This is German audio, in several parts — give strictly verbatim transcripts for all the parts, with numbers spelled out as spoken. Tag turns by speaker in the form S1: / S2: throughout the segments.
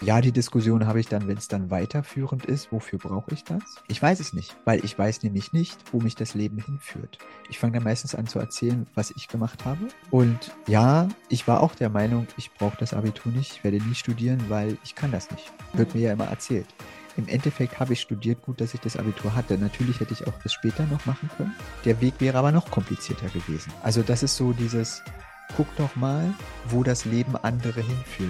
S1: Ja, die Diskussion habe ich dann, wenn es dann weiterführend ist, wofür brauche ich das? Ich weiß es nicht, weil ich weiß nämlich nicht, wo mich das Leben hinführt. Ich fange dann meistens an zu erzählen, was ich gemacht habe. Und ja, ich war auch der Meinung, ich brauche das Abitur nicht, ich werde nie studieren, weil ich kann das nicht. Wird mir ja immer erzählt. Im Endeffekt habe ich studiert, gut, dass ich das Abitur hatte. Natürlich hätte ich auch das später noch machen können. Der Weg wäre aber noch komplizierter gewesen. Also das ist so dieses, guck doch mal, wo das Leben andere hinführt.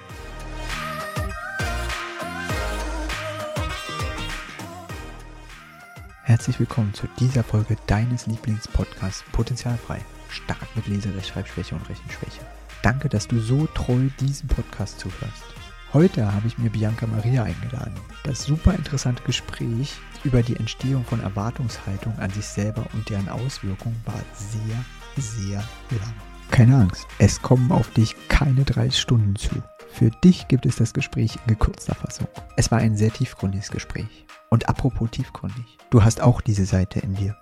S1: Herzlich willkommen zu dieser Folge deines Lieblingspodcasts Potenzialfrei. Stark mit Lese-, Rechtschreibschwäche und Rechenschwäche. Danke, dass du so treu diesem Podcast zuhörst. Heute habe ich mir Bianca Maria eingeladen. Das super interessante Gespräch über die Entstehung von Erwartungshaltung an sich selber und deren Auswirkungen war sehr, sehr lang. Keine Angst, es kommen auf dich keine dreißig Stunden zu. Für dich gibt es das Gespräch in gekürzter Fassung. Es war ein sehr tiefgründiges Gespräch. Und apropos tiefgründig, du hast auch diese Seite in dir.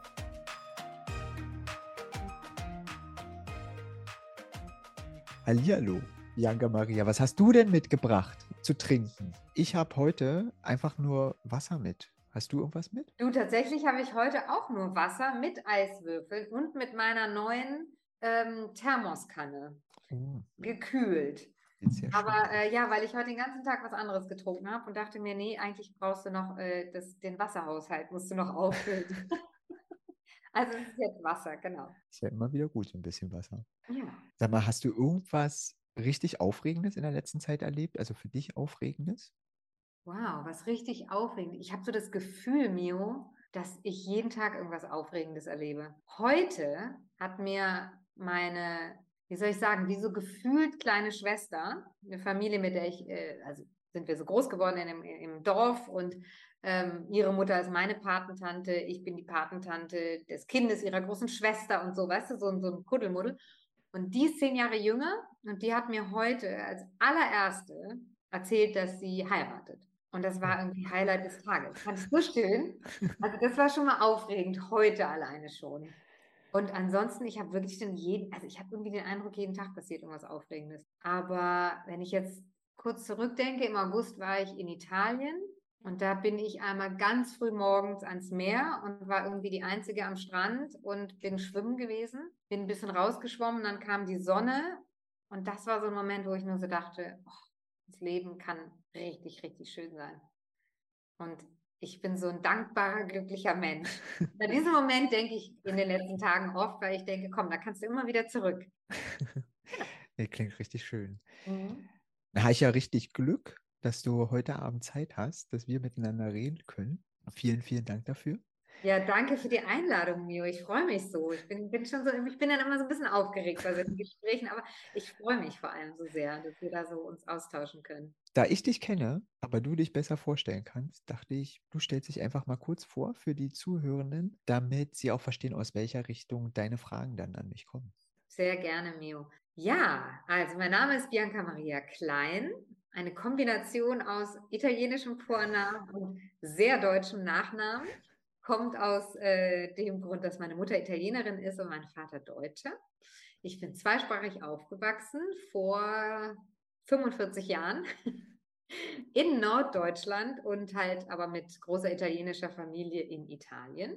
S1: Hallihallo, Bianca Maria, was hast du denn mitgebracht zu trinken? Ich habe heute einfach nur Wasser mit. Hast du irgendwas mit?
S2: Du, tatsächlich habe ich heute auch nur Wasser mit Eiswürfeln und mit meiner neuen ähm, Thermoskanne
S1: Oh,
S2: gekühlt.
S1: sieht sehr schön
S2: Aber
S1: aus.
S2: äh, ja, weil ich heute den ganzen Tag was anderes getrunken habe und dachte mir, nee, eigentlich brauchst du noch äh, das, den Wasserhaushalt, musst du noch auffüllen. Also es ist jetzt Wasser, genau.
S1: Ist ja immer wieder gut, so ein bisschen Wasser.
S2: Ja.
S1: Sag mal, hast du irgendwas richtig Aufregendes in der letzten Zeit erlebt? Also für dich Aufregendes?
S2: Wow, was richtig aufregend. Ich habe so das Gefühl, Mio, dass ich jeden Tag irgendwas Aufregendes erlebe. Heute hat mir meine, wie soll ich sagen, wie so gefühlt kleine Schwester, eine Familie, mit der ich, äh, also sind wir so groß geworden in dem, im Dorf und ähm, ihre Mutter ist meine Patentante, ich bin die Patentante des Kindes ihrer großen Schwester und so, weißt du, so, ein- so ein Kuddelmuddel. Und die ist zehn Jahre jünger und die hat mir heute als allererste erzählt, dass sie heiratet. Und das war irgendwie Highlight des Tages. Fand ich so schön. Also das war schon mal aufregend, heute alleine schon. Und ansonsten, ich habe wirklich den jeden, also ich habe irgendwie den Eindruck, jeden Tag passiert irgendwas Aufregendes. Aber wenn ich jetzt kurz zurückdenke, im August war ich in Italien und da bin ich einmal ganz früh morgens ans Meer und war irgendwie die Einzige am Strand und bin schwimmen gewesen, bin ein bisschen rausgeschwommen, dann kam die Sonne und das war so ein Moment, wo ich nur so dachte, oh, das Leben kann richtig, richtig schön sein. Und ich bin so ein dankbarer, glücklicher Mensch. Bei diesem Moment denke ich in den letzten Tagen oft, weil ich denke, komm, da kannst du immer wieder zurück.
S1: Nee, klingt richtig schön.
S2: Mhm.
S1: Da habe ich ja richtig Glück, dass du heute Abend Zeit hast, dass wir miteinander reden können. Vielen, vielen Dank dafür.
S2: Ja, danke für die Einladung, Mio. Ich freue mich so. Ich bin, bin schon so, ich bin dann immer so ein bisschen aufgeregt bei solchen Gesprächen, aber ich freue mich vor allem so sehr, dass wir da so uns austauschen können.
S1: Da ich dich kenne, aber du dich besser vorstellen kannst, dachte ich, du stellst dich einfach mal kurz vor für die Zuhörenden, damit sie auch verstehen, aus welcher Richtung deine Fragen dann an mich kommen.
S2: Sehr gerne, Mio. Ja, also mein Name ist Bianca Maria Klein, eine Kombination aus italienischem Vornamen und sehr deutschem Nachnamen. Kommt aus äh, dem Grund, dass meine Mutter Italienerin ist und mein Vater Deutscher. Ich bin zweisprachig aufgewachsen vor fünfundvierzig Jahren in Norddeutschland und halt aber mit großer italienischer Familie in Italien.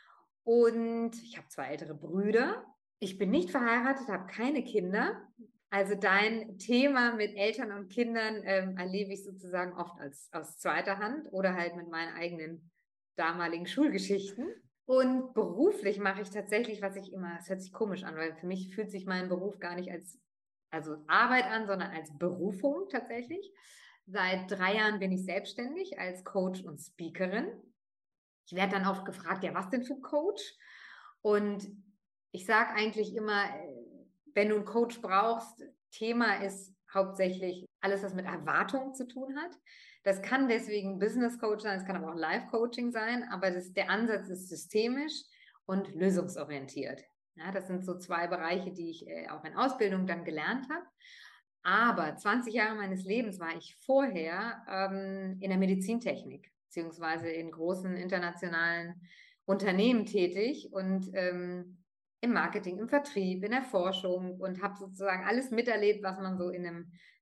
S2: Und ich habe zwei ältere Brüder. Ich bin nicht verheiratet, habe keine Kinder. Also dein Thema mit Eltern und Kindern ähm, erlebe ich sozusagen oft als aus zweiter Hand oder halt mit meinen eigenen damaligen Schulgeschichten. Und beruflich mache ich tatsächlich, was ich immer, es hört sich komisch an, weil für mich fühlt sich mein Beruf gar nicht als also Arbeit an, sondern als Berufung tatsächlich. Seit drei Jahren bin ich selbstständig als Coach und Speakerin. Ich werde dann oft gefragt, ja, was denn für ein Coach? Und ich sage eigentlich immer, äh, wenn du einen Coach brauchst, Thema ist hauptsächlich alles, was mit Erwartungen zu tun hat. Das kann deswegen Business Coach sein, es kann aber auch Life Coaching sein, aber das, der Ansatz ist systemisch und lösungsorientiert. Ja, das sind so zwei Bereiche, die ich äh, auch in Ausbildung dann gelernt habe. Aber zwanzig Jahre meines Lebens war ich vorher ähm, in der Medizintechnik, beziehungsweise in großen internationalen Unternehmen tätig und ähm, im Marketing, im Vertrieb, in der Forschung und habe sozusagen alles miterlebt, was man so in einem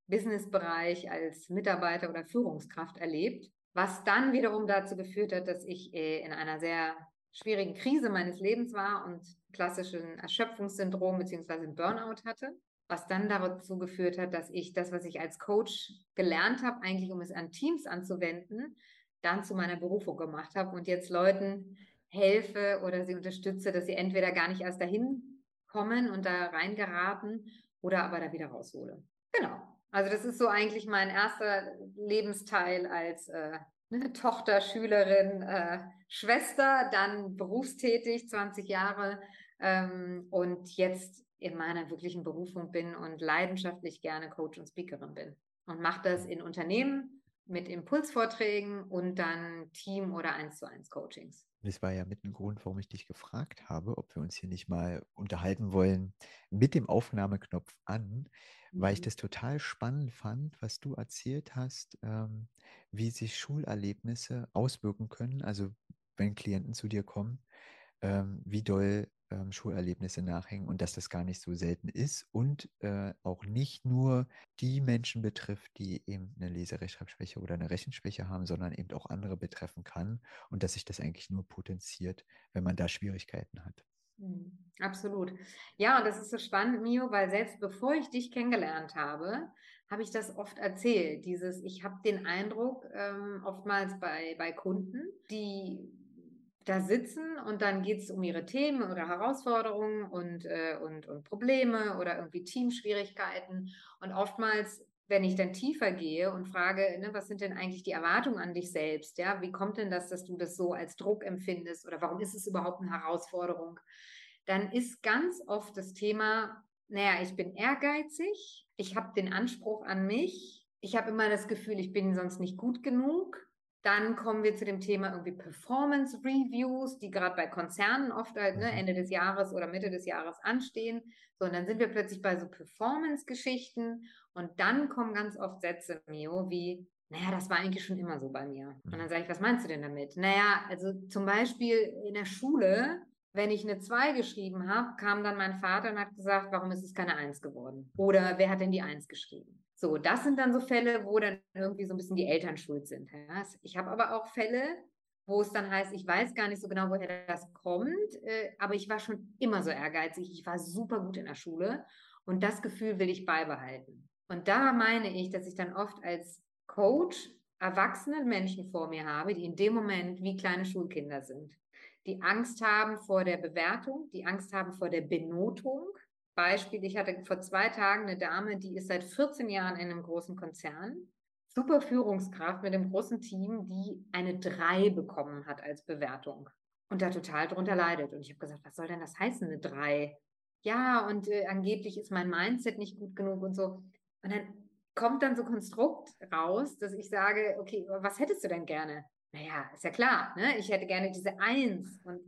S2: Businessbereich als Mitarbeiter oder Führungskraft erlebt, was dann wiederum dazu geführt hat, dass ich äh, in einer sehr schwierigen Krise meines Lebens war und klassischen Erschöpfungssyndrom beziehungsweise Burnout hatte, was dann dazu geführt hat, dass ich das, was ich als Coach gelernt habe, eigentlich um es an Teams anzuwenden, dann zu meiner Berufung gemacht habe und jetzt Leuten helfe oder sie unterstütze, dass sie entweder gar nicht erst dahin kommen und da reingeraten oder aber da wieder raushole. Genau. Also das ist so eigentlich mein erster Lebensteil als äh, ne, Tochter, Schülerin, äh, Schwester, dann berufstätig, zwanzig Jahre ähm, und jetzt in meiner wirklichen Berufung bin und leidenschaftlich gerne Coach und Speakerin bin und mache das in Unternehmen mit Impulsvorträgen und dann Team- oder eins zu eins Coachings.
S1: Das war ja mit ein Grund, warum ich dich gefragt habe, ob wir uns hier nicht mal unterhalten wollen mit dem Aufnahmeknopf an, weil ich
S2: Mhm.
S1: das total spannend fand, was du erzählt hast, ähm, wie sich Schulerlebnisse auswirken können. Also wenn Klienten zu dir kommen, ähm, wie doll ähm, Schulerlebnisse nachhängen und dass das gar nicht so selten ist und äh, auch nicht nur die Menschen betrifft, die eben eine Leserechtschreibschwäche oder eine Rechenschwäche haben, sondern eben auch andere betreffen kann und dass sich das eigentlich nur potenziert, wenn man da Schwierigkeiten hat.
S2: Mhm. Absolut. Ja, und das ist so spannend, Mio, weil selbst bevor ich dich kennengelernt habe, habe ich das oft erzählt. Dieses, ich habe den Eindruck, ähm, oftmals bei, bei Kunden, die da sitzen und dann geht es um ihre Themen oder Herausforderungen und, äh, und, und Probleme oder irgendwie Teamschwierigkeiten. Und oftmals, wenn ich dann tiefer gehe und frage, ne, was sind denn eigentlich die Erwartungen an dich selbst? Ja, wie kommt denn das, dass du das so als Druck empfindest oder warum ist es überhaupt eine Herausforderung? Dann ist ganz oft das Thema, naja, ich bin ehrgeizig, ich habe den Anspruch an mich, ich habe immer das Gefühl, ich bin sonst nicht gut genug. Dann kommen wir zu dem Thema irgendwie Performance Reviews, die gerade bei Konzernen oft halt ne,
S1: Mhm.
S2: Ende des Jahres oder Mitte des Jahres anstehen. So, und dann sind wir plötzlich bei so Performance-Geschichten und dann kommen ganz oft Sätze, Mio, wie, naja, das war eigentlich schon immer so bei mir. Und dann
S1: Mhm.
S2: sage ich, was meinst du denn damit? Naja, also zum Beispiel in der Schule, wenn ich eine zwei geschrieben habe, kam dann mein Vater und hat gesagt, warum ist es keine eins geworden? Oder wer hat denn die eins geschrieben? So, das sind dann so Fälle, wo dann irgendwie so ein bisschen die Eltern schuld sind. Ja? Ich habe aber auch Fälle, wo es dann heißt, ich weiß gar nicht so genau, woher das kommt, äh, aber ich war schon immer so ehrgeizig. Ich war super gut in der Schule und das Gefühl will ich beibehalten. Und da meine ich, dass ich dann oft als Coach erwachsene Menschen vor mir habe, die in dem Moment wie kleine Schulkinder sind, die Angst haben vor der Bewertung, die Angst haben vor der Benotung. Beispiel, ich hatte vor zwei Tagen eine Dame, die ist seit vierzehn Jahren in einem großen Konzern, super Führungskraft mit einem großen Team, die eine drei bekommen hat als Bewertung und da total drunter leidet. Und ich habe gesagt, was soll denn das heißen, eine drei? Ja, und äh, angeblich ist mein Mindset nicht gut genug und so. Und dann kommt dann so Konstrukt raus, dass ich sage, okay, was hättest du denn gerne? Naja, ist ja klar, ne? Ich hätte gerne diese Eins. Und,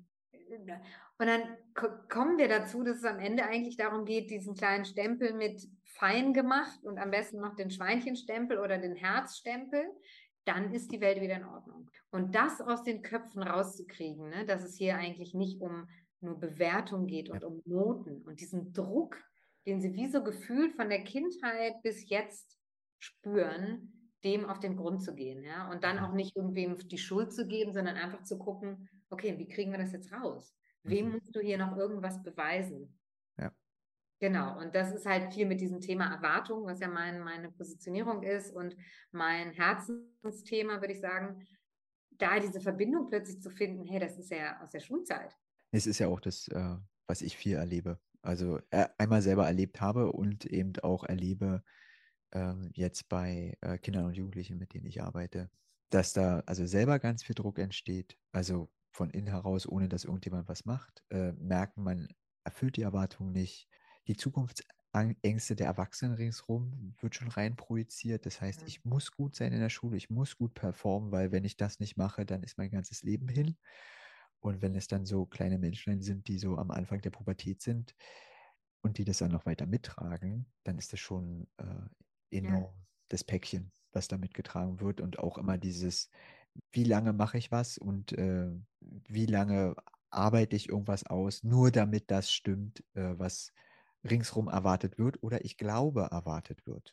S2: und dann kommen wir dazu, dass es am Ende eigentlich darum geht, diesen kleinen Stempel mit fein gemacht und am besten noch den Schweinchenstempel oder den Herzstempel, dann ist die Welt wieder in Ordnung. Und das aus den Köpfen rauszukriegen, ne? Dass es hier eigentlich nicht um nur Bewertung geht
S1: Ja.
S2: und um Noten und diesen Druck, den sie wie so gefühlt von der Kindheit bis jetzt spüren, dem auf den Grund zu gehen, ja, und dann
S1: Mhm.
S2: auch nicht irgendwem die Schuld zu geben, sondern einfach zu gucken, okay, wie kriegen wir das jetzt raus? Wem
S1: Mhm.
S2: musst du hier noch irgendwas beweisen?
S1: Ja.
S2: Genau, und das ist halt viel mit diesem Thema Erwartung, was ja mein, meine Positionierung ist und mein Herzensthema, würde ich sagen, da diese Verbindung plötzlich zu finden, hey, das ist ja aus der Schulzeit.
S1: Es ist ja auch das, äh, was ich viel erlebe. Also äh, einmal selber erlebt habe und eben auch erlebe ähm, jetzt bei äh, Kindern und Jugendlichen, mit denen ich arbeite, dass da also selber ganz viel Druck entsteht. Also von innen heraus, ohne dass irgendjemand was macht, äh, merken, man erfüllt die Erwartungen nicht. Die Zukunftsängste der Erwachsenen ringsherum wird schon rein projiziert. Das heißt,
S2: Mhm.
S1: ich muss gut sein in der Schule, ich muss gut performen, weil wenn ich das nicht mache, dann ist mein ganzes Leben hin. Und wenn es dann so kleine Menschen sind, die so am Anfang der Pubertät sind und die das dann noch weiter mittragen, dann ist das schon äh,
S2: Ja.
S1: enorm das Päckchen, was da mitgetragen wird. Und auch immer dieses, wie lange mache ich was und äh, wie lange arbeite ich irgendwas aus, nur damit das stimmt, äh, was ringsherum erwartet wird oder ich glaube erwartet wird.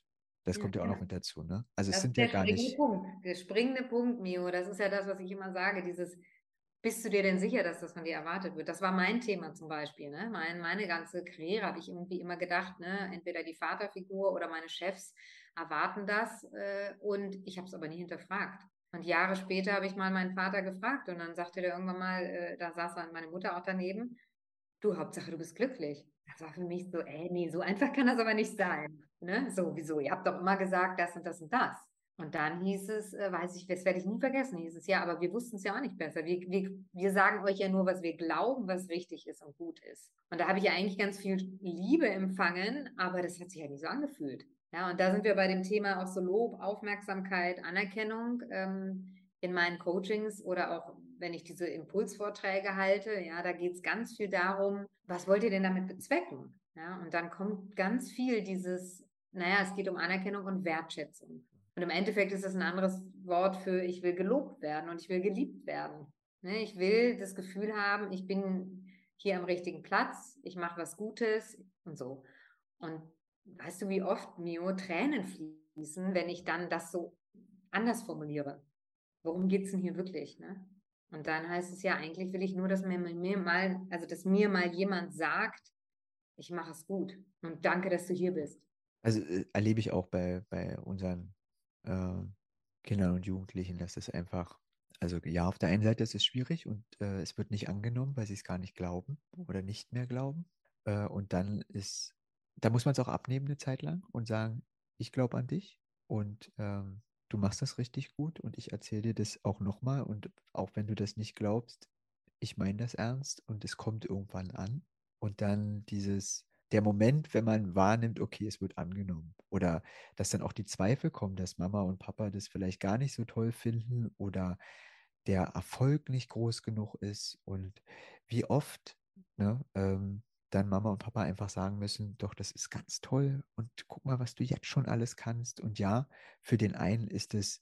S1: Das
S2: Ja,
S1: kommt ja auch
S2: genau.
S1: noch mit dazu, ne? Also es
S2: Das
S1: sind
S2: ist
S1: ja
S2: der
S1: gar
S2: springende
S1: nicht,
S2: Punkt. Der springende Punkt, Mio, das ist ja das, was ich immer sage, dieses, bist du dir denn sicher, dass das von dir erwartet wird? Das war mein Thema zum Beispiel, ne? Mein, meine ganze Karriere habe ich irgendwie immer gedacht, ne? Entweder die Vaterfigur oder meine Chefs erwarten das, äh, und ich habe es aber nie hinterfragt. Und Jahre später habe ich mal meinen Vater gefragt und dann sagte der irgendwann mal, äh, da saß dann meine Mutter auch daneben, du, Hauptsache, du bist glücklich. Das war für mich so, ey, nee, so einfach kann das aber nicht sein. Ne? So, wieso? Ihr habt doch immer gesagt, das und das und das. Und dann hieß es, äh, weiß ich, das werde ich nie vergessen, hieß es, ja, aber wir wussten es ja auch nicht besser. Wir, wir, wir sagen euch ja nur, was wir glauben, was richtig ist und gut ist. Und da habe ich ja eigentlich ganz viel Liebe empfangen, aber das hat sich ja nicht so angefühlt. Ja, und da sind wir bei dem Thema auch so Lob, Aufmerksamkeit, Anerkennung. Ähm, in meinen Coachings oder auch wenn ich diese Impulsvorträge halte, ja, da geht es ganz viel darum, was wollt ihr denn damit bezwecken? Ja, und dann kommt ganz viel dieses, naja, es geht um Anerkennung und Wertschätzung. Und im Endeffekt ist es ein anderes Wort für, ich will gelobt werden und ich will geliebt werden. Ne, ich will das Gefühl haben, ich bin hier am richtigen Platz, ich mache was Gutes und so. Und weißt du, wie oft Mio Tränen fließen, wenn ich dann das so anders formuliere? Worum geht es denn hier wirklich, ne? Und dann heißt es ja, eigentlich will ich nur, dass mir, mir mal, also dass mir mal jemand sagt, ich mache es gut und danke, dass du hier bist.
S1: also äh, erlebe ich auch bei, bei unseren äh, Kindern und Jugendlichen, dass es einfach, also ja, auf der einen Seite ist es schwierig und äh, es wird nicht angenommen, weil sie es gar nicht glauben oder nicht mehr glauben. Äh, und dann ist, da muss man es auch abnehmen eine Zeit lang und sagen, ich glaube an dich und ähm, du machst das richtig gut und ich erzähle dir das auch nochmal und auch wenn du das nicht glaubst, ich meine das ernst und es kommt irgendwann an. Und dann dieses, der Moment, wenn man wahrnimmt, okay, es wird angenommen. Oder dass dann auch die Zweifel kommen, dass Mama und Papa das vielleicht gar nicht so toll finden oder der Erfolg nicht groß genug ist. Und wie oft, ne, ähm, dann Mama und Papa einfach sagen müssen, doch, das ist ganz toll und guck mal, was du jetzt schon alles kannst. Und ja, für den einen ist es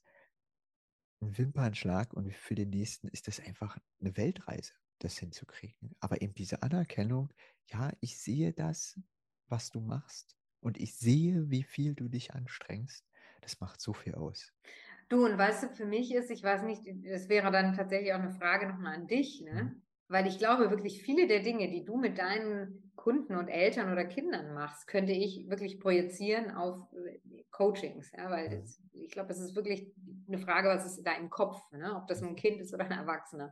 S1: ein Wimpernschlag und für den nächsten ist es einfach eine Weltreise, das hinzukriegen. Aber eben diese Anerkennung, ja, ich sehe das, was du machst und ich sehe, wie viel du dich anstrengst, das macht so viel aus.
S2: Du, und weißt du, für mich ist, ich weiß nicht, es wäre dann tatsächlich auch eine Frage nochmal an dich,
S1: Hm?
S2: ne? Weil ich glaube, wirklich viele der Dinge, die du mit deinen Kunden und Eltern oder Kindern machst, könnte ich wirklich projizieren auf äh, Coachings, ja, weil
S1: Hm.
S2: das, ich glaube, es ist wirklich eine Frage, was ist da im Kopf, ne? Ob das ein Kind ist oder ein Erwachsener.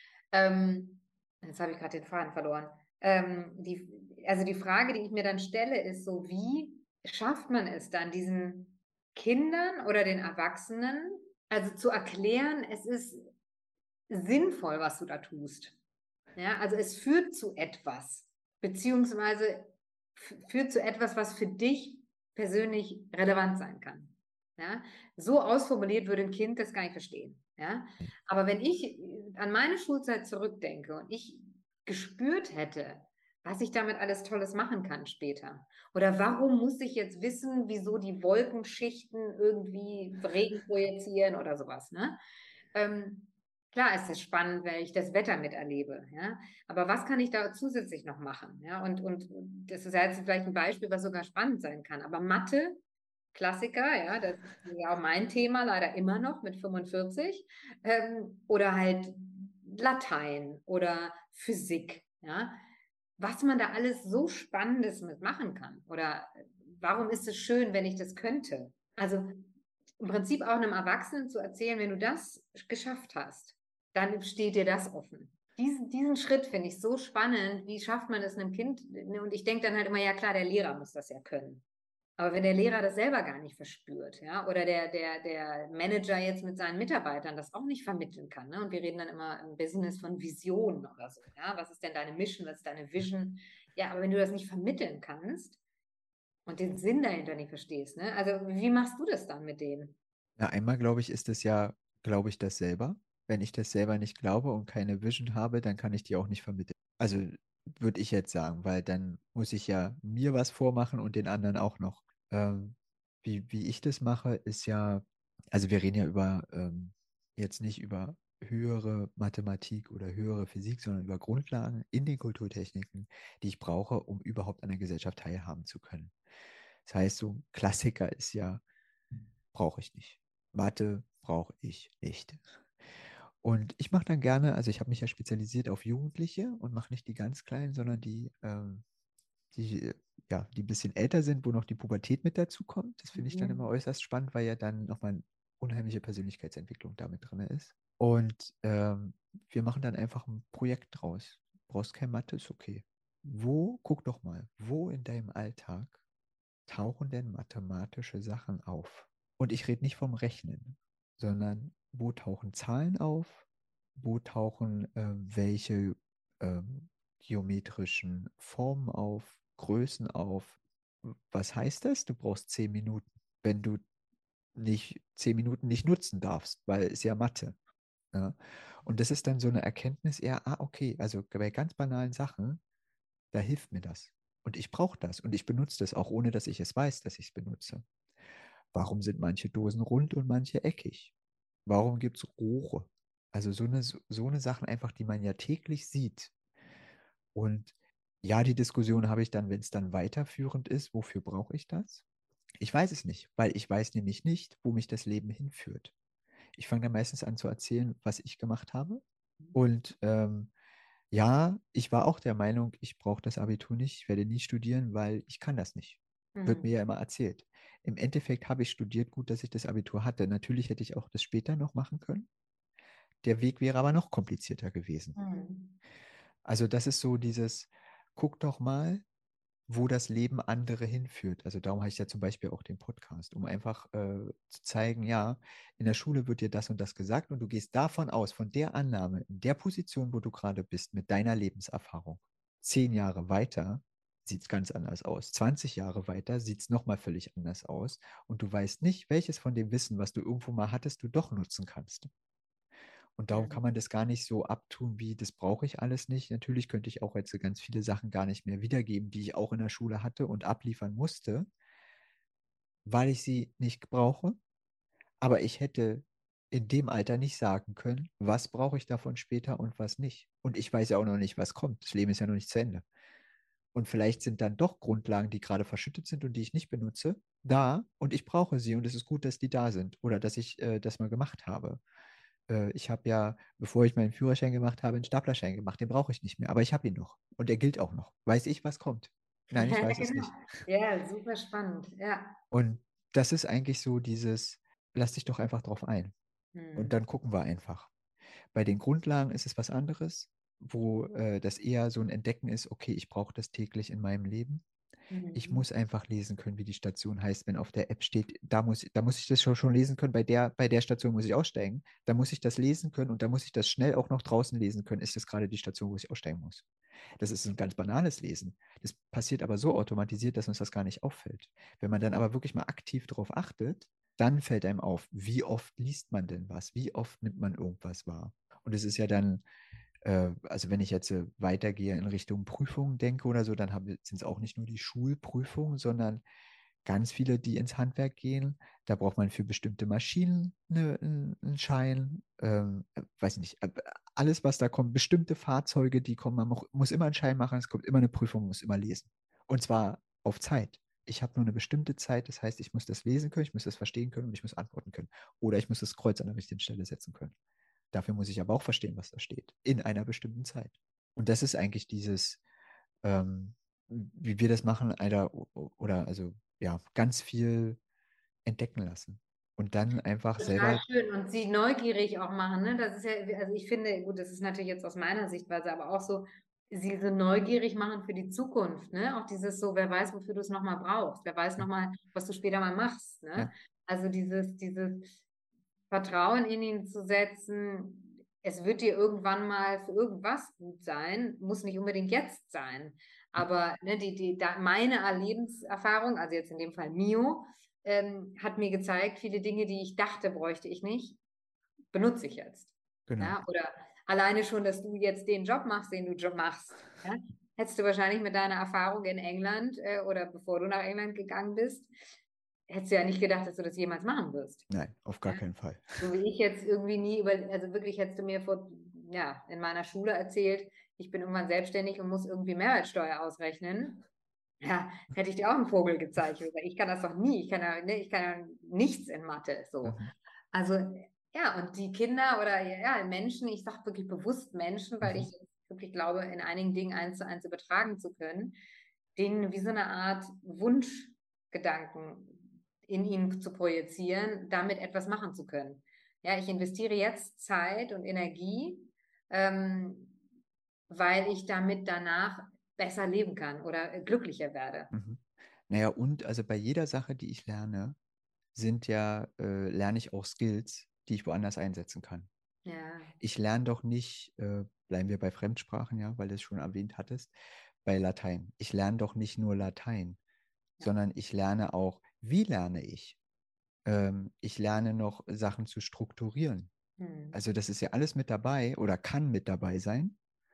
S2: Ähm, jetzt habe ich gerade den Faden verloren. Ähm, die, also die Frage, die ich mir dann stelle, ist so, wie schafft man es dann, diesen Kindern oder den Erwachsenen, also zu erklären, es ist sinnvoll, was du da tust. Ja, also es führt zu etwas, beziehungsweise führt zu etwas, was für dich persönlich relevant sein kann. Ja, so ausformuliert würde ein Kind das gar nicht verstehen. Ja, aber wenn ich an meine Schulzeit zurückdenke und ich gespürt hätte, was ich damit alles Tolles machen kann später, oder warum muss ich jetzt wissen, wieso die Wolkenschichten irgendwie Regen projizieren oder sowas, ne? Ähm, klar ist es spannend, wenn ich das Wetter miterlebe, ja. Aber was kann ich da zusätzlich noch machen? Ja, und, und das ist ja jetzt vielleicht ein Beispiel, was sogar spannend sein kann. Aber Mathe, Klassiker, ja, das ist ja auch mein Thema, leider immer noch mit fünfundvierzig. Ähm, oder halt Latein oder Physik, ja. Was man da alles so Spannendes mitmachen kann. Oder warum ist es schön, wenn ich das könnte? Also im Prinzip auch einem Erwachsenen zu erzählen, wenn du das geschafft hast, dann steht dir das offen. Diesen, diesen Schritt finde ich so spannend. Wie schafft man es einem Kind? Und ich denke dann halt immer, ja klar, der Lehrer muss das ja können. Aber wenn der Lehrer das selber gar nicht verspürt, ja, oder der, der, der Manager jetzt mit seinen Mitarbeitern das auch nicht vermitteln kann, ne? Und wir reden dann immer im Business von Visionen oder so, ja, was ist denn deine Mission, was ist deine Vision? Ja, aber wenn du das nicht vermitteln kannst und den Sinn dahinter nicht verstehst, ne? Also wie machst du das dann mit denen?
S1: Na, einmal glaube ich, ist es ja, glaube ich das selber. Wenn ich das selber nicht glaube und keine Vision habe, dann kann ich die auch nicht vermitteln. Also würde ich jetzt sagen, weil dann muss ich ja mir was vormachen und den anderen auch noch. Ähm, wie, wie ich das mache, ist ja, also wir reden ja über, ähm, jetzt nicht über höhere Mathematik oder höhere Physik, sondern über Grundlagen in den Kulturtechniken, die ich brauche, um überhaupt an der Gesellschaft teilhaben zu können. Das heißt, so ein Klassiker ist ja, brauche ich nicht. Mathe brauche ich nicht. Und ich mache dann gerne, also ich habe mich ja spezialisiert auf Jugendliche und mache nicht die ganz Kleinen, sondern die, ähm, die, äh, ja, die ein bisschen älter sind, wo noch die Pubertät mit dazu kommt. Das finde ich dann immer
S2: Mhm.
S1: äußerst spannend, weil ja dann nochmal eine unheimliche Persönlichkeitsentwicklung damit drin ist. Und ähm, wir machen dann einfach ein Projekt draus. Brauchst kein Mathe, ist okay. Wo, guck doch mal, wo in deinem Alltag tauchen denn mathematische Sachen auf? Und ich rede nicht vom Rechnen, sondern wo tauchen Zahlen auf? Wo tauchen äh, welche ähm, geometrischen Formen auf, Größen auf? Was heißt das? Du brauchst zehn Minuten, wenn du nicht zehn Minuten nicht nutzen darfst, weil es ja Mathe. Ja? Und das ist dann so eine Erkenntnis eher, ah, okay, also bei ganz banalen Sachen, da hilft mir das. Und ich brauche das und ich benutze das auch, ohne dass ich es weiß, dass ich es benutze. Warum sind manche Dosen rund und manche eckig? Warum gibt es Rohre? Also so eine, so eine Sachen einfach, die man ja täglich sieht. Und ja, die Diskussion habe ich dann, wenn es dann weiterführend ist, wofür brauche ich das? Ich weiß es nicht, weil ich weiß nämlich nicht, wo mich das Leben hinführt. Ich fange dann meistens an zu erzählen, was ich gemacht habe. Und ähm, ja, ich war auch der Meinung, ich brauche das Abitur nicht, ich werde nie studieren, weil ich kann das nicht. Wird mir
S2: Mhm.
S1: ja immer erzählt. Im Endeffekt habe ich studiert, gut, dass ich das Abitur hatte. Natürlich hätte ich auch das später noch machen können. Der Weg wäre aber noch komplizierter gewesen.
S2: Mhm.
S1: Also das ist so dieses, guck doch mal, wo das Leben andere hinführt. Also darum habe ich ja zum Beispiel auch den Podcast, um einfach äh, zu zeigen, ja, in der Schule wird dir das und das gesagt und du gehst davon aus, von der Annahme, in der Position, wo du gerade bist, mit deiner Lebenserfahrung. Zehn Jahre weiter sieht es ganz anders aus. zwanzig Jahre weiter sieht es nochmal völlig anders aus. Und du weißt nicht, welches von dem Wissen, was du irgendwo mal hattest, du doch nutzen kannst. Und darum kann
S2: Mhm.
S1: man das gar nicht so abtun, wie das brauche ich alles nicht. Natürlich könnte ich auch jetzt ganz viele Sachen gar nicht mehr wiedergeben, die ich auch in der Schule hatte und abliefern musste, weil ich sie nicht brauche. Aber ich hätte in dem Alter nicht sagen können, was brauche ich davon später und was nicht. Und ich weiß ja auch noch nicht, was kommt. Das Leben ist ja noch nicht zu Ende. Und vielleicht sind dann doch Grundlagen, die gerade verschüttet sind und die ich nicht benutze, da und ich brauche sie und es ist gut, dass die da sind oder dass ich äh, das mal gemacht habe. Äh, ich habe ja, bevor ich meinen Führerschein gemacht habe, einen Staplerschein gemacht. Den brauche ich nicht mehr, aber ich habe ihn noch und er gilt auch noch. Weiß ich, was kommt? Nein, ich weiß es
S2: Genau.
S1: nicht.
S2: Ja, super spannend. Ja.
S1: Und das ist eigentlich so dieses, lass dich doch einfach drauf ein und
S2: Mhm.
S1: dann gucken wir einfach. Bei den Grundlagen ist es was anderes, wo äh, das eher so ein Entdecken ist, okay, ich brauche das täglich in meinem Leben. Ich
S2: Mhm.
S1: muss einfach lesen können, wie die Station heißt. Wenn auf der App steht, da muss, da muss ich das schon, schon lesen können, bei der, bei der Station muss ich aussteigen. Da muss ich das lesen können und da muss ich das schnell auch noch draußen lesen können. Ist das gerade die Station, wo ich aussteigen muss? Das ist ein ganz banales Lesen. Das passiert aber so automatisiert, dass uns das gar nicht auffällt. Wenn man dann aber wirklich mal aktiv darauf achtet, dann fällt einem auf, wie oft liest man denn was? Wie oft nimmt man irgendwas wahr? Und es ist ja dann äh, also wenn ich jetzt äh, weitergehe in Richtung Prüfungen denke oder so, dann sind es auch nicht nur die Schulprüfungen, sondern ganz viele, die ins Handwerk gehen. Da braucht man für bestimmte Maschinen eine, einen Schein. Ähm, äh, weiß ich nicht, äh, alles, was da kommt, bestimmte Fahrzeuge, die kommen, man mo- muss immer einen Schein machen, es kommt immer eine Prüfung, man muss immer lesen. Und zwar auf Zeit. Ich habe nur eine bestimmte Zeit, das heißt, ich muss das lesen können, ich muss das verstehen können und ich muss antworten können. Oder ich muss das Kreuz an der richtigen Stelle setzen können. Dafür muss ich aber auch verstehen, was da steht, in einer bestimmten Zeit. Und das ist eigentlich dieses, ähm, wie wir das machen, Alter, oder also ja, ganz viel entdecken lassen. Und dann einfach
S2: Total
S1: selber,
S2: schön und sie neugierig auch machen, ne? Das ist ja, also ich finde, gut, das ist natürlich jetzt aus meiner Sichtweise, aber auch so, sie so neugierig machen für die Zukunft, ne? Auch dieses so, wer weiß, wofür du es nochmal brauchst, wer weiß
S1: ja,
S2: nochmal, was du später mal machst, ne?
S1: ja,
S2: Also dieses, dieses Vertrauen in ihn zu setzen, es wird dir irgendwann mal für irgendwas gut sein, muss nicht unbedingt jetzt sein.
S1: ja,
S2: Aber ne, die, die, da, meine Lebenserfahrung, also jetzt in dem Fall Mio, ähm, hat mir gezeigt, viele Dinge, die ich dachte, bräuchte ich nicht, benutze ich jetzt.
S1: genau.
S2: Ja? Oder alleine schon, dass du jetzt den Job machst, den du Job machst. Ja? Hättest du wahrscheinlich mit deiner Erfahrung in England äh, oder bevor du nach England gegangen bist, hättest du ja nicht gedacht, dass du das jemals machen wirst.
S1: Nein, auf gar
S2: Ja?
S1: keinen Fall.
S2: So wie ich jetzt irgendwie nie über, also wirklich hättest du mir vor, ja, in meiner Schule erzählt, ich bin irgendwann selbstständig und muss irgendwie Mehrwertsteuer ausrechnen. Ja, hätte ich dir auch einen Vogel gezeigt. Ich kann das doch nie. Ich kann ja, ne, ich kann ja nichts in Mathe. So.
S1: Mhm.
S2: Also, ja, und die Kinder oder ja, Menschen, ich sage wirklich bewusst Menschen, weil
S1: Mhm.
S2: ich wirklich glaube, in einigen Dingen eins zu eins übertragen zu können, denen wie so eine Art Wunschgedanken in ihnen zu projizieren, damit etwas machen zu können. Ja, ich investiere jetzt Zeit und Energie, ähm, weil ich damit danach besser leben kann oder glücklicher werde.
S1: Mhm. Naja, und also bei jeder Sache, die ich lerne, sind ja, äh, lerne ich auch Skills, die ich woanders einsetzen kann.
S2: Ja,
S1: Ich lerne doch nicht, äh, bleiben wir bei Fremdsprachen, ja, weil du es schon erwähnt hattest, bei Latein. Ich lerne doch nicht nur Latein,
S2: ja.
S1: sondern ich lerne auch, wie lerne ich? Ähm, ich lerne noch Sachen zu strukturieren.
S2: Hm.
S1: Also das ist ja alles mit dabei oder kann mit dabei sein.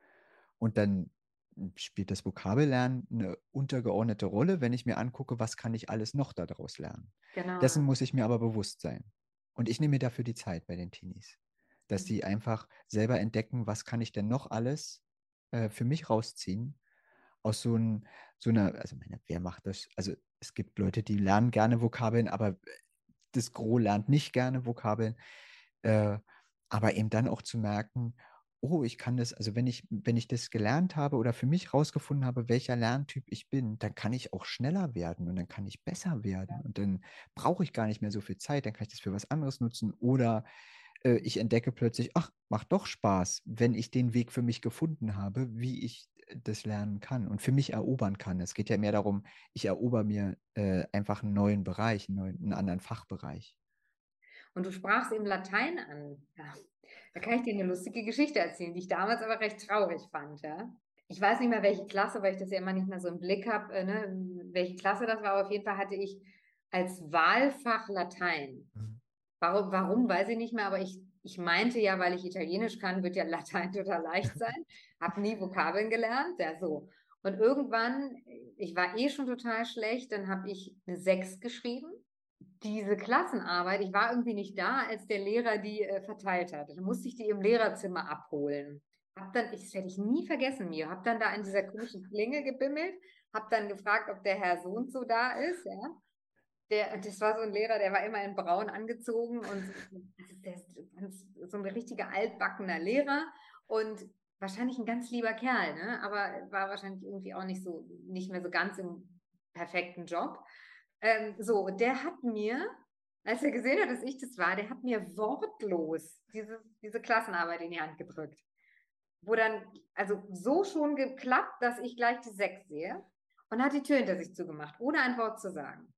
S1: Und dann spielt das Vokabellernen eine untergeordnete Rolle, wenn ich mir angucke, was kann ich alles noch daraus lernen. Dessen
S2: Genau.
S1: muss ich mir aber bewusst sein. Und ich nehme mir dafür die Zeit bei den Teenies, dass
S2: Hm.
S1: die einfach selber entdecken, was kann ich denn noch alles äh, für mich rausziehen aus so, ein, so einer, also meine, wer macht das? Also es gibt Leute, die lernen gerne Vokabeln, aber das Gros lernt nicht gerne Vokabeln. Äh, aber eben dann auch zu merken, oh, ich kann das, also wenn ich, wenn ich das gelernt habe oder für mich rausgefunden habe, welcher Lerntyp ich bin, dann kann ich auch schneller werden und dann kann ich besser werden und dann brauche ich gar nicht mehr so viel Zeit, dann kann ich das für was anderes nutzen oder äh, ich entdecke plötzlich, ach, macht doch Spaß, wenn ich den Weg für mich gefunden habe, wie ich das lernen kann und für mich erobern kann. Es geht ja mehr darum, ich erober mir äh, einfach einen neuen Bereich, einen, neuen, einen anderen Fachbereich.
S2: Und du sprachst eben Latein an. Ja. Da kann ich dir eine lustige Geschichte erzählen, die ich damals aber recht traurig fand. Ja. Ich weiß nicht mehr, welche Klasse, weil ich das ja immer nicht mehr so im Blick habe, äh, ne, welche Klasse das war, aber auf jeden Fall hatte ich als Wahlfach Latein.
S1: Mhm.
S2: Warum, warum, weiß ich nicht mehr, aber ich, ich meinte ja, weil ich Italienisch kann, wird ja Latein total leicht sein. Habe nie Vokabeln gelernt, ja so. Und irgendwann, ich war eh schon total schlecht, dann habe ich eine sechs geschrieben. Diese Klassenarbeit, ich war irgendwie nicht da, als der Lehrer die äh, verteilt hat. Dann musste ich die im Lehrerzimmer abholen. Hab dann, ich, das werde ich nie vergessen, mir, habe dann da an dieser komischen Klingel gebimmelt, habe dann gefragt, ob der Herr so und so da ist, ja. Der, das war so ein Lehrer, der war immer in Braun angezogen und also der ist so ein richtiger altbackener Lehrer und wahrscheinlich ein ganz lieber Kerl, ne? Aber war wahrscheinlich irgendwie auch nicht so, nicht mehr so ganz im perfekten Job. Ähm, so, und der hat mir, als er gesehen hat, dass ich das war, der hat mir wortlos diese, diese Klassenarbeit in die Hand gedrückt. Wo dann, also so schon geklappt, dass ich gleich die sechs sehe und hat die Tür hinter sich zugemacht, ohne ein Wort zu sagen.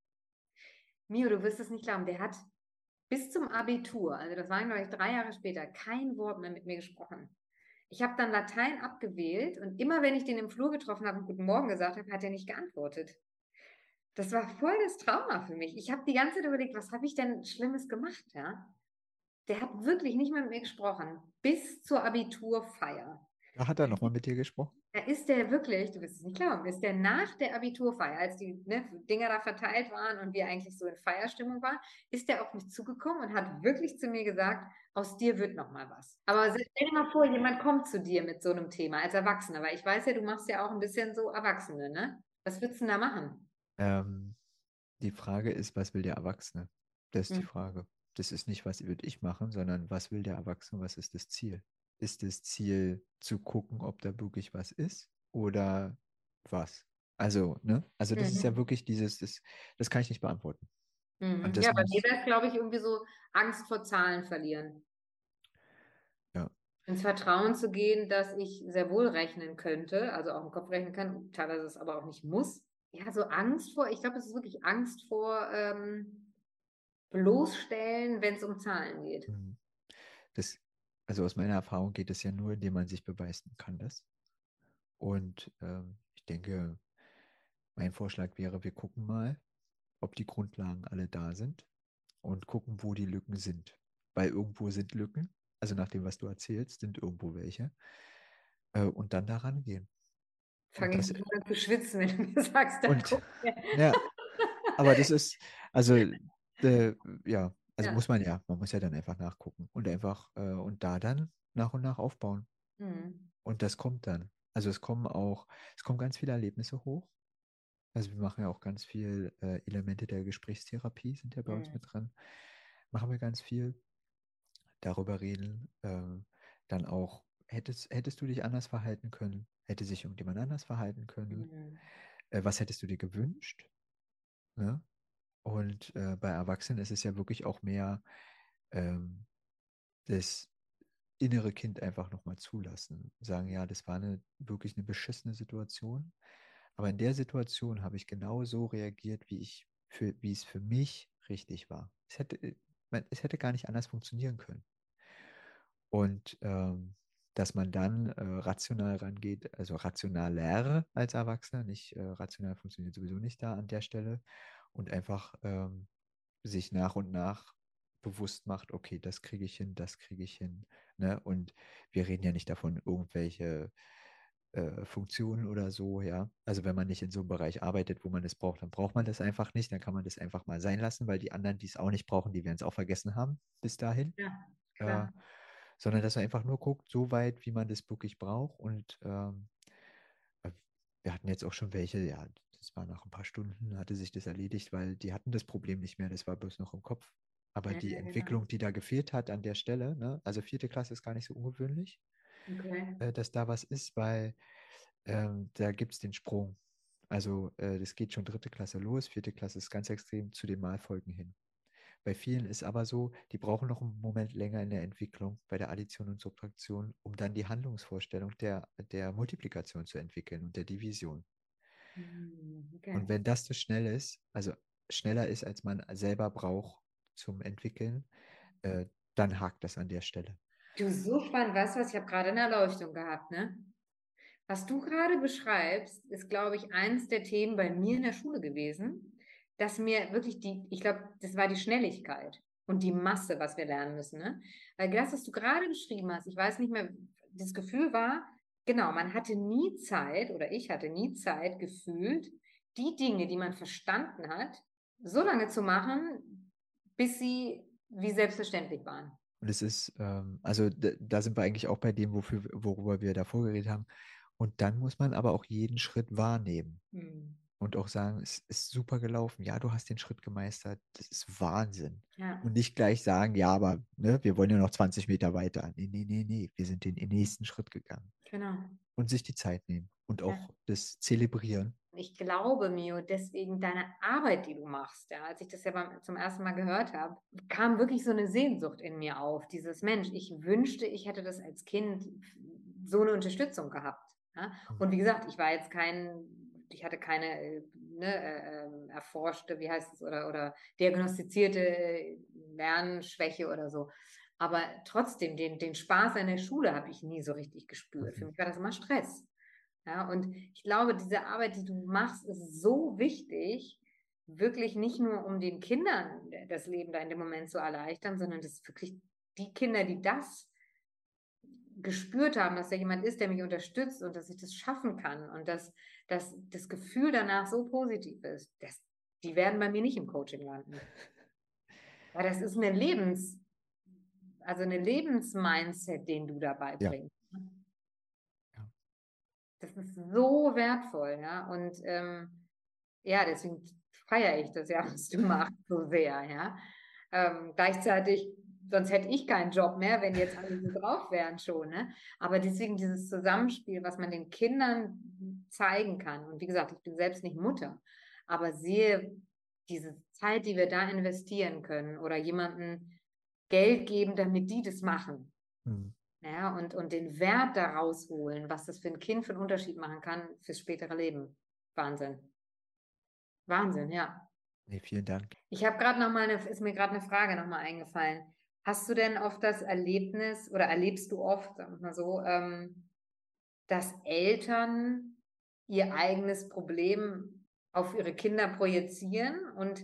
S2: Mio, du wirst es nicht glauben, der hat bis zum Abitur, also das waren, glaube ich, drei Jahre später, kein Wort mehr mit mir gesprochen. Ich habe dann Latein abgewählt und immer, wenn ich den im Flur getroffen habe und Guten Morgen gesagt habe, hat er nicht geantwortet. Das war voll das Trauma für mich. Ich habe die ganze Zeit überlegt, was habe ich denn Schlimmes gemacht, ja? Der hat wirklich nicht mehr mit mir gesprochen, bis zur Abiturfeier.
S1: Da hat er nochmal mit dir gesprochen.
S2: Da ist der wirklich, du wirst es nicht glauben, ist der nach der Abiturfeier, als die ne, Dinger da verteilt waren und wir eigentlich so in Feierstimmung waren, ist der auf mich zugekommen und hat wirklich zu mir gesagt, aus dir wird noch mal was. Aber stell dir mal vor, jemand kommt zu dir mit so einem Thema als Erwachsener, weil ich weiß ja, du machst ja auch ein bisschen so Erwachsene, ne? Was würdest du denn da machen?
S1: Ähm, die Frage ist, was will der Erwachsene? Das ist die
S2: Hm.
S1: Frage. Das ist nicht, was würde ich machen, sondern was will der Erwachsene, was ist das Ziel? Ist das Ziel zu gucken, ob da wirklich was ist oder was? Also, ne? Also das ist ja
S2: Mhm.
S1: wirklich dieses, das, das kann ich nicht beantworten. Und
S2: Mhm.
S1: das
S2: Ja, bei mir
S1: muss,
S2: wäre es, glaube ich, irgendwie so Angst vor Zahlen verlieren.
S1: ja.
S2: Ins Vertrauen zu gehen, dass ich sehr wohl rechnen könnte, also auch im Kopf rechnen kann, teilweise es aber auch nicht muss. Ja, so Angst vor, ich glaube, es ist wirklich Angst vor ähm, bloßstellen, wenn es um Zahlen geht.
S1: Mhm. Das, also aus meiner Erfahrung geht es ja nur, indem man sich beweisen kann, das. Und ähm, ich denke, mein Vorschlag wäre, wir gucken mal, ob die Grundlagen alle da sind und gucken, wo die Lücken sind. Weil irgendwo sind Lücken, also nach dem, was du erzählst, sind irgendwo welche. Äh, und dann daran gehen. Und
S2: Fange ich
S1: das,
S2: sofort an zu schwitzen, wenn du mir sagst, da
S1: und
S2: guck her.
S1: ja, aber das ist, also, äh, ja, also
S2: Ja.
S1: muss man ja, man muss ja dann einfach nachgucken und einfach, äh, und da dann nach und nach aufbauen.
S2: Hm.
S1: Und das kommt dann. Also es kommen auch, es kommen ganz viele Erlebnisse hoch. Also wir machen ja auch ganz viel äh, Elemente der Gesprächstherapie sind ja bei uns
S2: Mhm.
S1: mit dran. Machen wir ganz viel. Darüber reden. Ähm, dann auch, hättest, hättest du dich anders verhalten können? Hätte sich irgendjemand anders verhalten können?
S2: Mhm.
S1: Äh, was hättest du dir gewünscht? Ne? Und äh, bei Erwachsenen ist es ja wirklich auch mehr ähm, das innere Kind einfach nochmal zulassen. Sagen, ja, das war eine wirklich eine beschissene Situation. Aber in der Situation habe ich genau so reagiert, wie ich für, wie es für mich richtig war. Es hätte, äh, man, es hätte gar nicht anders funktionieren können. Und ähm, dass man dann äh, rational rangeht, also rationaler als Erwachsener, nicht äh, rational funktioniert sowieso nicht da an der Stelle und einfach ähm, sich nach und nach bewusst macht, okay, das kriege ich hin, das kriege ich hin. Ne? Und wir reden ja nicht davon, irgendwelche äh, Funktionen oder so, ja. Also wenn man nicht in so einem Bereich arbeitet, wo man es braucht, dann braucht man das einfach nicht, dann kann man das einfach mal sein lassen, weil die anderen, die es auch nicht brauchen, die werden es auch vergessen haben bis dahin.
S2: Ja,
S1: Äh,
S2: klar.
S1: sondern dass man einfach nur guckt, so weit, wie man das wirklich braucht. Und ähm, äh, wir hatten jetzt auch schon welche, ja, das war nach ein paar Stunden, hatte sich das erledigt, weil die hatten das Problem nicht mehr, das war bloß noch im Kopf. Aber
S2: Ja,
S1: die
S2: genau.
S1: Entwicklung, die da gefehlt hat an der Stelle, ne, also vierte Klasse ist gar nicht so ungewöhnlich,
S2: Okay.
S1: äh, dass da was ist, weil ähm, da gibt es den Sprung. Also äh, das geht schon dritte Klasse los, vierte Klasse ist ganz extrem zu den Malfolgen hin. Bei vielen ist aber so, die brauchen noch einen Moment länger in der Entwicklung bei der Addition und Subtraktion, um dann die Handlungsvorstellung der, der Multiplikation zu entwickeln und der Division.
S2: Mhm. Okay.
S1: Und wenn das zu schnell ist, also schneller ist, als man selber braucht zum Entwickeln, äh, dann hakt das an der Stelle.
S2: Du, so spannend, weißt du was, ich habe gerade eine Erleuchtung gehabt, ne? Was du gerade beschreibst, ist, glaube ich, eins der Themen bei mir in der Schule gewesen, dass mir wirklich die, ich glaube, das war die Schnelligkeit und die Masse, was wir lernen müssen, ne? Weil das, was du gerade beschrieben hast, ich weiß nicht mehr, das Gefühl war, genau, man hatte nie Zeit oder ich hatte nie Zeit gefühlt, die Dinge, die man verstanden hat, so lange zu machen, bis sie wie selbstverständlich waren.
S1: Und es ist, ähm, also d- da sind wir eigentlich auch bei dem, wofür, worüber wir davor geredet haben. Und dann muss man aber auch jeden Schritt wahrnehmen
S2: Hm.
S1: und auch sagen, es ist super gelaufen. Ja, du hast den Schritt gemeistert. Das ist Wahnsinn.
S2: Ja,
S1: Und nicht gleich sagen, ja, aber ne, wir wollen ja noch zwanzig Meter weiter. Nee, nee, nee, nee. Wir sind den nächsten Schritt gegangen.
S2: genau.
S1: Und sich die Zeit nehmen und
S2: Ja.
S1: auch das zelebrieren.
S2: Ich glaube, Mio, deswegen deine Arbeit, die du machst, ja, als ich das ja beim, zum ersten Mal gehört habe, kam wirklich so eine Sehnsucht in mir auf. Dieses Mensch, ich wünschte, ich hätte das als Kind so eine Unterstützung gehabt. Ja?
S1: Mhm.
S2: Und wie gesagt, ich war jetzt kein, ich hatte keine äh, ne, äh, ähm, erforschte, wie heißt es, oder, oder diagnostizierte Lernschwäche oder so. Aber trotzdem, den, den Spaß an der Schule habe ich nie so richtig gespürt. Für
S1: Mhm.
S2: mich war das immer Stress. Ja, und ich glaube, diese Arbeit, die du machst, ist so wichtig, wirklich nicht nur, um den Kindern das Leben da in dem Moment zu erleichtern, sondern dass wirklich die Kinder, die das gespürt haben, dass da jemand ist, der mich unterstützt und dass ich das schaffen kann und dass, dass das Gefühl danach so positiv ist, das, die werden bei mir nicht im Coaching landen. Weil das ist eine Lebens, also eine Lebensmindset, den du dabei
S1: Ja,
S2: bringst.
S1: ja.
S2: Das ist so wertvoll, ja. Und ähm, ja, deswegen feiere ich das ja, was du machst, so sehr, ja. Ähm, gleichzeitig, sonst hätte ich keinen Job mehr, wenn jetzt alle so drauf wären schon, ne? Aber deswegen dieses Zusammenspiel, was man den Kindern zeigen kann. Und wie gesagt, ich bin selbst nicht Mutter, aber sehe diese Zeit, die wir da investieren können oder jemandem Geld geben, damit die das machen.
S1: Mhm.
S2: Ja, und, und den Wert daraus holen, was das für ein Kind für einen Unterschied machen kann fürs spätere Leben. Wahnsinn. Wahnsinn, ja.
S1: Nee, vielen Dank.
S2: Ich habe gerade noch mal eine, ist mir gerade eine Frage noch mal eingefallen. Hast du denn oft das Erlebnis oder erlebst du oft, sagen wir mal so, ähm, dass Eltern ihr eigenes Problem auf ihre Kinder projizieren und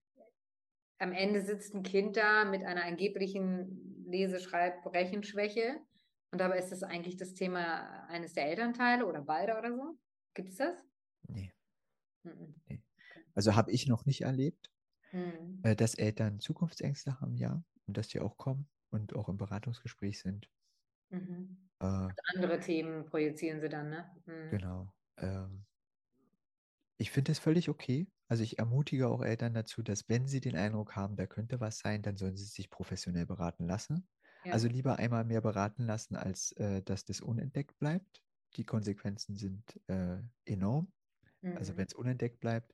S2: am Ende sitzt ein Kind da mit einer angeblichen Lese-, Schreib-, Rechenschwäche und dabei ist das eigentlich das Thema eines der Elternteile oder beider oder so? Gibt es das?
S1: Nee,
S2: Mhm.
S1: nee.
S2: Okay.
S1: Also habe ich noch nicht erlebt,
S2: Mhm.
S1: äh, dass Eltern Zukunftsängste haben, ja, und dass die auch kommen und auch im Beratungsgespräch sind.
S2: Mhm.
S1: Äh,
S2: Andere Themen projizieren sie dann, ne? Mhm.
S1: genau. Ähm, Ich finde es völlig okay. Also ich ermutige auch Eltern dazu, dass wenn sie den Eindruck haben, da könnte was sein, dann sollen sie sich professionell beraten lassen.
S2: Ja.
S1: Also lieber einmal mehr beraten lassen, als äh, dass das unentdeckt bleibt. Die Konsequenzen sind äh, enorm. Also
S2: Mhm.
S1: wenn es unentdeckt bleibt.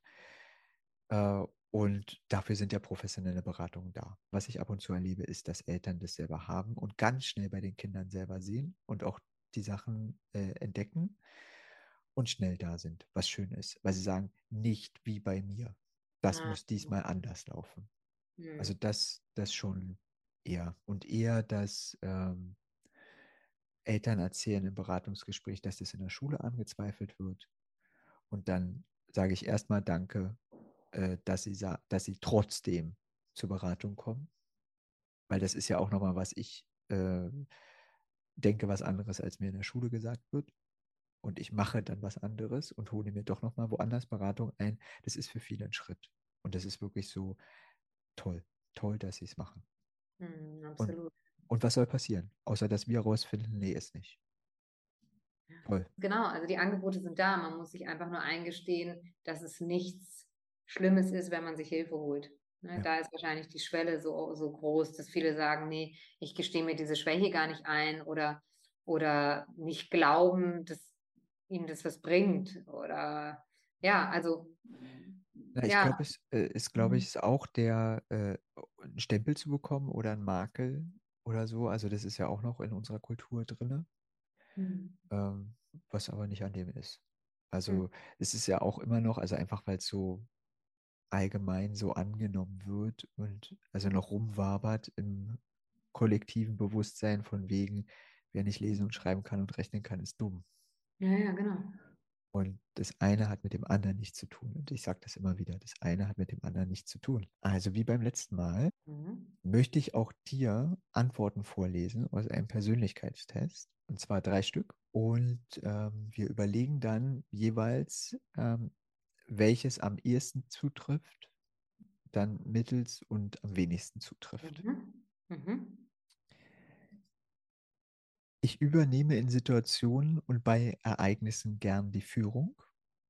S1: Äh, und dafür sind ja professionelle Beratungen da. Was ich ab und zu erlebe, ist, dass Eltern das selber haben und ganz schnell bei den Kindern selber sehen und auch die Sachen äh, entdecken und schnell da sind, was schön ist, weil sie sagen, nicht wie bei mir. Das
S2: Ah,
S1: muss diesmal anders laufen. Also
S2: mhm.
S1: das, das schon eher. Und eher, dass ähm, Eltern erzählen im Beratungsgespräch, dass das in der Schule angezweifelt wird. Und dann sage ich erstmal Danke, äh, dass, sie dass sie trotzdem zur Beratung kommen. Weil das ist ja auch nochmal, was ich äh, denke, was anderes, als mir in der Schule gesagt wird. Und ich mache dann was anderes und hole mir doch nochmal woanders Beratung ein. Das ist für viele ein Schritt. Und das ist wirklich so toll. Toll, dass sie es machen.
S2: Mhm,
S1: Und,
S2: absolut.
S1: und was soll passieren? Außer, dass wir herausfinden, nee, ist nicht. Toll.
S2: Genau, also die Angebote sind da. Man muss sich einfach nur eingestehen, dass es nichts Schlimmes ist, wenn man sich Hilfe holt. Ne,
S1: Ja.
S2: da ist wahrscheinlich die Schwelle so, so groß, dass viele sagen, nee, ich gestehe mir diese Schwäche gar nicht ein oder, oder nicht glauben, dass ihnen das was bringt. Oder ja, also
S1: Na, ich
S2: ja.
S1: glaube, es äh, ist, glaube ich,
S2: Mhm.
S1: ist auch der, äh, einen Stempel zu bekommen oder ein Makel oder so. Also das ist ja auch noch in unserer Kultur drin,
S2: Mhm.
S1: ähm, was aber nicht an dem ist.
S2: Mhm.
S1: Also es ist ja auch immer noch, also einfach weil es so allgemein so angenommen wird und also noch rumwabert im kollektiven Bewusstsein von wegen, wer nicht lesen und schreiben kann und rechnen kann, ist dumm.
S2: Ja, ja, genau.
S1: Und das eine hat mit dem anderen nichts zu tun. Und ich sage das immer wieder, das eine hat mit dem anderen nichts zu tun. Also wie beim letzten Mal
S2: Mhm.
S1: möchte ich auch dir Antworten vorlesen aus einem Persönlichkeitstest, und zwar drei Stück. Und ähm, wir überlegen dann jeweils, ähm, welches am ehesten zutrifft, dann mittels und am wenigsten zutrifft.
S2: Mhm. Mhm.
S1: Ich übernehme in Situationen und bei Ereignissen gern die Führung.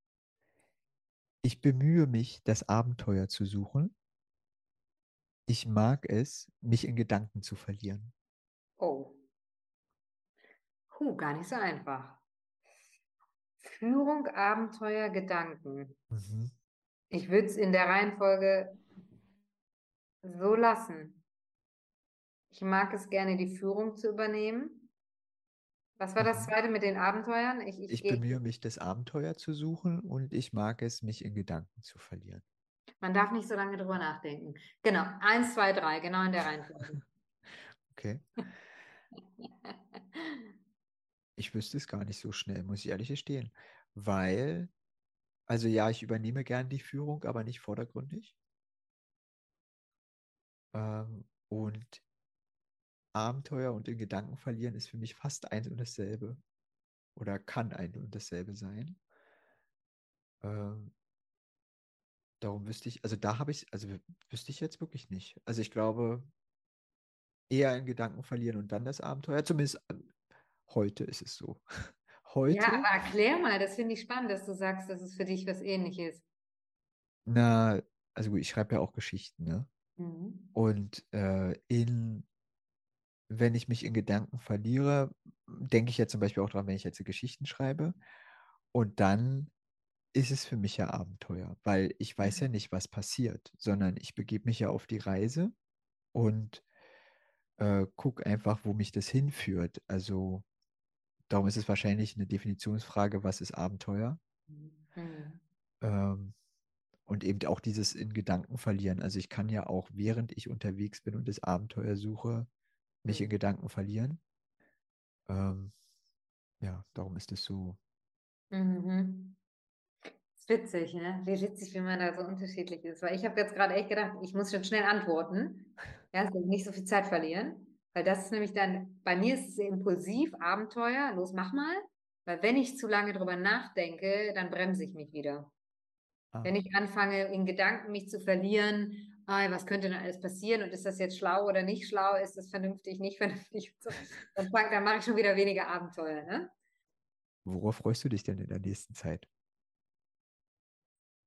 S1: Ich bemühe mich, das Abenteuer zu suchen. Ich mag es, mich in Gedanken zu verlieren.
S2: Oh, puh, gar nicht so einfach. Führung, Abenteuer, Gedanken.
S1: Mhm.
S2: Ich würde es in der Reihenfolge so lassen. Ich mag es gerne, die Führung zu übernehmen. Was war das
S1: Mhm.
S2: zweite mit den Abenteuern? Ich, ich
S1: Ich
S2: gehe,
S1: bemühe mich, das Abenteuer zu suchen und ich mag es, mich in Gedanken zu verlieren.
S2: man darf nicht so lange drüber nachdenken. Genau, eins, zwei, drei, genau in der Reihenfolge.
S1: Okay. Ich wüsste es gar nicht so schnell, muss ich ehrlich gestehen. Weil, also ja, ich übernehme gern die Führung, aber nicht vordergründig. Ähm, und Abenteuer und in Gedanken verlieren ist für mich fast eins und dasselbe. Oder kann ein und dasselbe sein. Ähm, darum wüsste ich, also da habe ich, also wüsste ich jetzt wirklich nicht. Also ich glaube, eher in Gedanken verlieren und dann das Abenteuer. Zumindest äh, heute ist es so.
S2: Ja,
S1: Heute,
S2: aber erklär mal, das finde ich spannend, dass du sagst, dass es für dich was Ähnliches.
S1: na, also gut, ich schreibe ja auch Geschichten, ne?
S2: Mhm.
S1: Und äh, in, wenn ich mich in Gedanken verliere, denke ich ja zum Beispiel auch dran, wenn ich jetzt Geschichten schreibe. Und dann ist es für mich ja Abenteuer, weil ich weiß ja
S2: Mhm.
S1: nicht, was passiert, sondern ich begebe mich ja auf die Reise und äh, gucke einfach, wo mich das hinführt. Also darum ist es wahrscheinlich eine Definitionsfrage, was ist Abenteuer?
S2: Mhm.
S1: Ähm, und eben auch dieses in Gedanken verlieren. Also ich kann ja auch, während ich unterwegs bin und das Abenteuer suche, mich in
S2: Mhm.
S1: Gedanken verlieren. Ähm, ja, darum ist es so.
S2: Mhm. Ist witzig, ne? Wie witzig, wie man da so unterschiedlich ist. Weil ich habe jetzt gerade echt gedacht, ich muss schon schnell antworten. Ja, so nicht so viel Zeit verlieren. Weil das ist nämlich dann, bei mir ist es sehr impulsiv, Abenteuer, los, mach mal. Weil wenn ich zu lange drüber nachdenke, dann bremse ich mich wieder.
S1: Ah,
S2: Wenn ich anfange, in Gedanken mich zu verlieren, ah, was könnte denn alles passieren und ist das jetzt schlau oder nicht schlau, ist das vernünftig, nicht vernünftig und so, dann, fang- dann mache ich schon wieder weniger Abenteuer, ne?
S1: worauf freust du dich denn in der nächsten Zeit?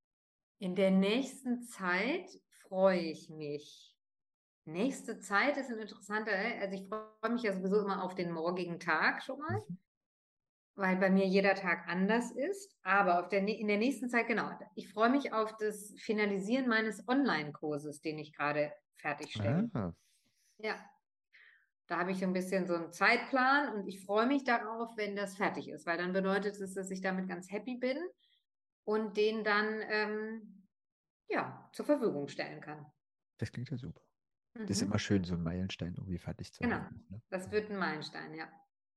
S2: In der nächsten Zeit freue ich mich. Nächste Zeit ist ein interessanter, also ich freue mich ja sowieso immer auf den morgigen Tag schon mal,
S1: Mhm.
S2: weil bei mir jeder Tag anders ist. Aber auf der, in der nächsten Zeit, genau, ich freue mich auf das Finalisieren meines Online-Kurses, den ich gerade fertigstelle.
S1: Ah,
S2: Ja, da habe ich so ein bisschen so einen Zeitplan und ich freue mich darauf, wenn das fertig ist, weil dann bedeutet es, dass ich damit ganz happy bin und den dann ähm, ja, zur Verfügung stellen kann.
S1: das klingt ja super. Das ist immer
S2: Mhm.
S1: schön, so einen Meilenstein irgendwie fertig zu
S2: Genau,
S1: haben. Ne?
S2: das wird ein Meilenstein, ja.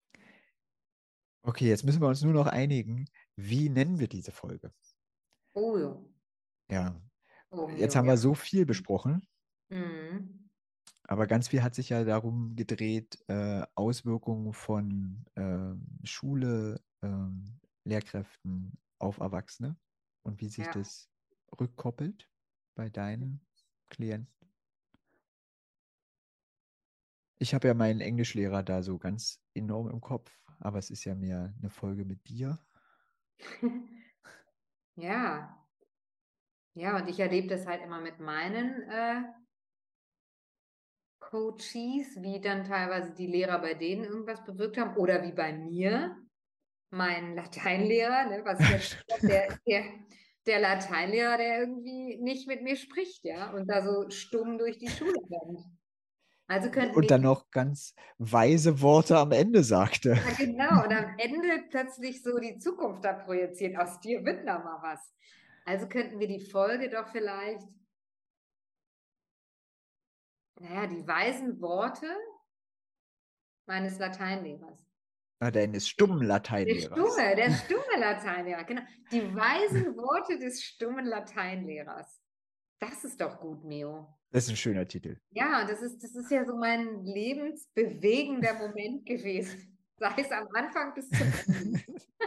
S1: Okay, jetzt müssen wir uns nur noch einigen, wie nennen wir diese Folge?
S2: Oh, ja.
S1: Ja,
S2: Oh,
S1: jetzt
S2: Mio,
S1: haben
S2: ja.
S1: wir so viel besprochen,
S2: Mhm.
S1: aber ganz viel hat sich ja darum gedreht, äh, Auswirkungen von ähm, Schule, ähm, Lehrkräften auf Erwachsene und wie sich
S2: Ja.
S1: das rückkoppelt bei deinen Klienten. Ich habe ja meinen Englischlehrer da so ganz enorm im Kopf, aber es ist ja mehr eine Folge mit dir.
S2: Ja. Ja, und ich erlebe das halt immer mit meinen äh, Coaches, wie dann teilweise die Lehrer bei denen irgendwas bewirkt haben oder wie bei mir, mein Lateinlehrer, ne, was ich jetzt der, der, der Lateinlehrer, der irgendwie nicht mit mir spricht, ja, und da so stumm durch die Schule rennt. Also könnten
S1: Und
S2: wir
S1: dann noch ganz weise Worte am Ende sagte.
S2: Ja, genau. Und am Ende plötzlich so die Zukunft da projiziert. Aus dir wird noch mal was. Also könnten wir die Folge doch vielleicht, naja, die weisen Worte meines Lateinlehrers.
S1: Ah, deines stummen
S2: Der
S1: Lateinlehrers.
S2: stumme, der stumme Lateinlehrer, genau. Die weisen Worte des stummen Lateinlehrers. Das ist doch gut, Mio.
S1: Das ist ein schöner Titel.
S2: Ja, und das ist, das ist ja so mein lebensbewegender Moment gewesen. Sei es am Anfang bis zum Ende.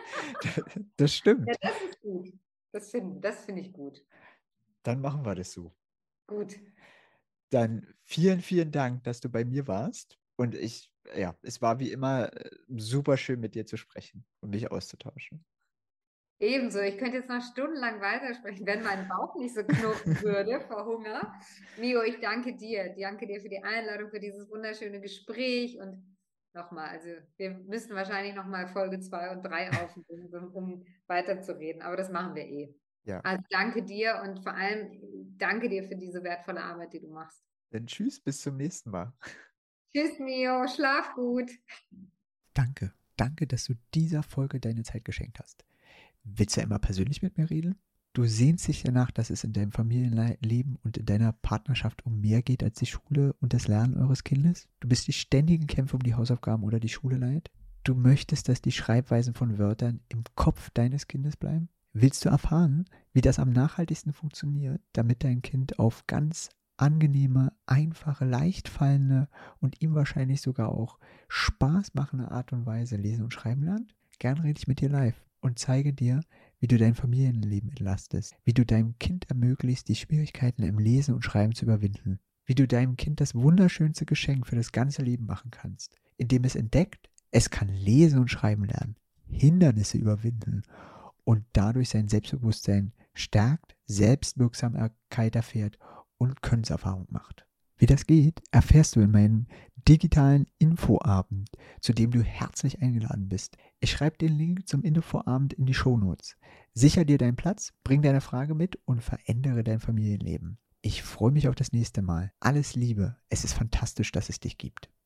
S1: Das
S2: Ja,
S1: stimmt.
S2: das ist gut. Das finde das find ich gut.
S1: Dann machen wir das so.
S2: Gut.
S1: Dann vielen, vielen Dank, dass du bei mir warst. Und ich, ja, es war wie immer äh, super schön, mit dir zu sprechen und mich auszutauschen.
S2: Ebenso, ich könnte jetzt noch stundenlang weitersprechen, wenn mein Bauch nicht so knurren würde vor Hunger. Mio, ich danke dir. Danke dir für die Einladung, für dieses wunderschöne Gespräch. Und nochmal, also wir müssen wahrscheinlich nochmal Folge zwei und drei aufnehmen, um, um weiterzureden. Aber das machen wir eh.
S1: Ja,
S2: Also danke dir und vor allem danke dir für diese wertvolle Arbeit, die du machst.
S1: dann tschüss, bis zum nächsten Mal.
S2: Tschüss, Mio, schlaf gut.
S1: Danke, danke, dass du dieser Folge deine Zeit geschenkt hast. Willst du immer persönlich mit mir reden? Du sehnst dich danach, dass es in deinem Familienleben und in deiner Partnerschaft um mehr geht als die Schule und das Lernen eures Kindes? Du bist die ständigen Kämpfe um die Hausaufgaben oder die Schule leid? Du möchtest, dass die Schreibweisen von Wörtern im Kopf deines Kindes bleiben? Willst du erfahren, wie das am nachhaltigsten funktioniert, damit dein Kind auf ganz angenehme, einfache, leicht fallende und ihm wahrscheinlich sogar auch Spaß machende Art und Weise lesen und schreiben lernt? Gern rede ich mit dir live und zeige dir, wie du dein Familienleben entlastest, wie du deinem Kind ermöglichst, die Schwierigkeiten im Lesen und Schreiben zu überwinden, wie du deinem Kind das wunderschönste Geschenk für das ganze Leben machen kannst, indem es entdeckt, es kann lesen und schreiben lernen, Hindernisse überwinden und dadurch sein Selbstbewusstsein stärkt, Selbstwirksamkeit erfährt und Könnenserfahrung macht. Wie das geht, erfährst du in meinem digitalen Infoabend, zu dem du herzlich eingeladen bist. Ich schreibe den Link zum Infoabend in die Shownotes. Sicher dir deinen Platz, bring deine Frage mit und verändere dein Familienleben. Ich freue mich auf das nächste Mal. Alles Liebe. Es ist fantastisch, dass es dich gibt.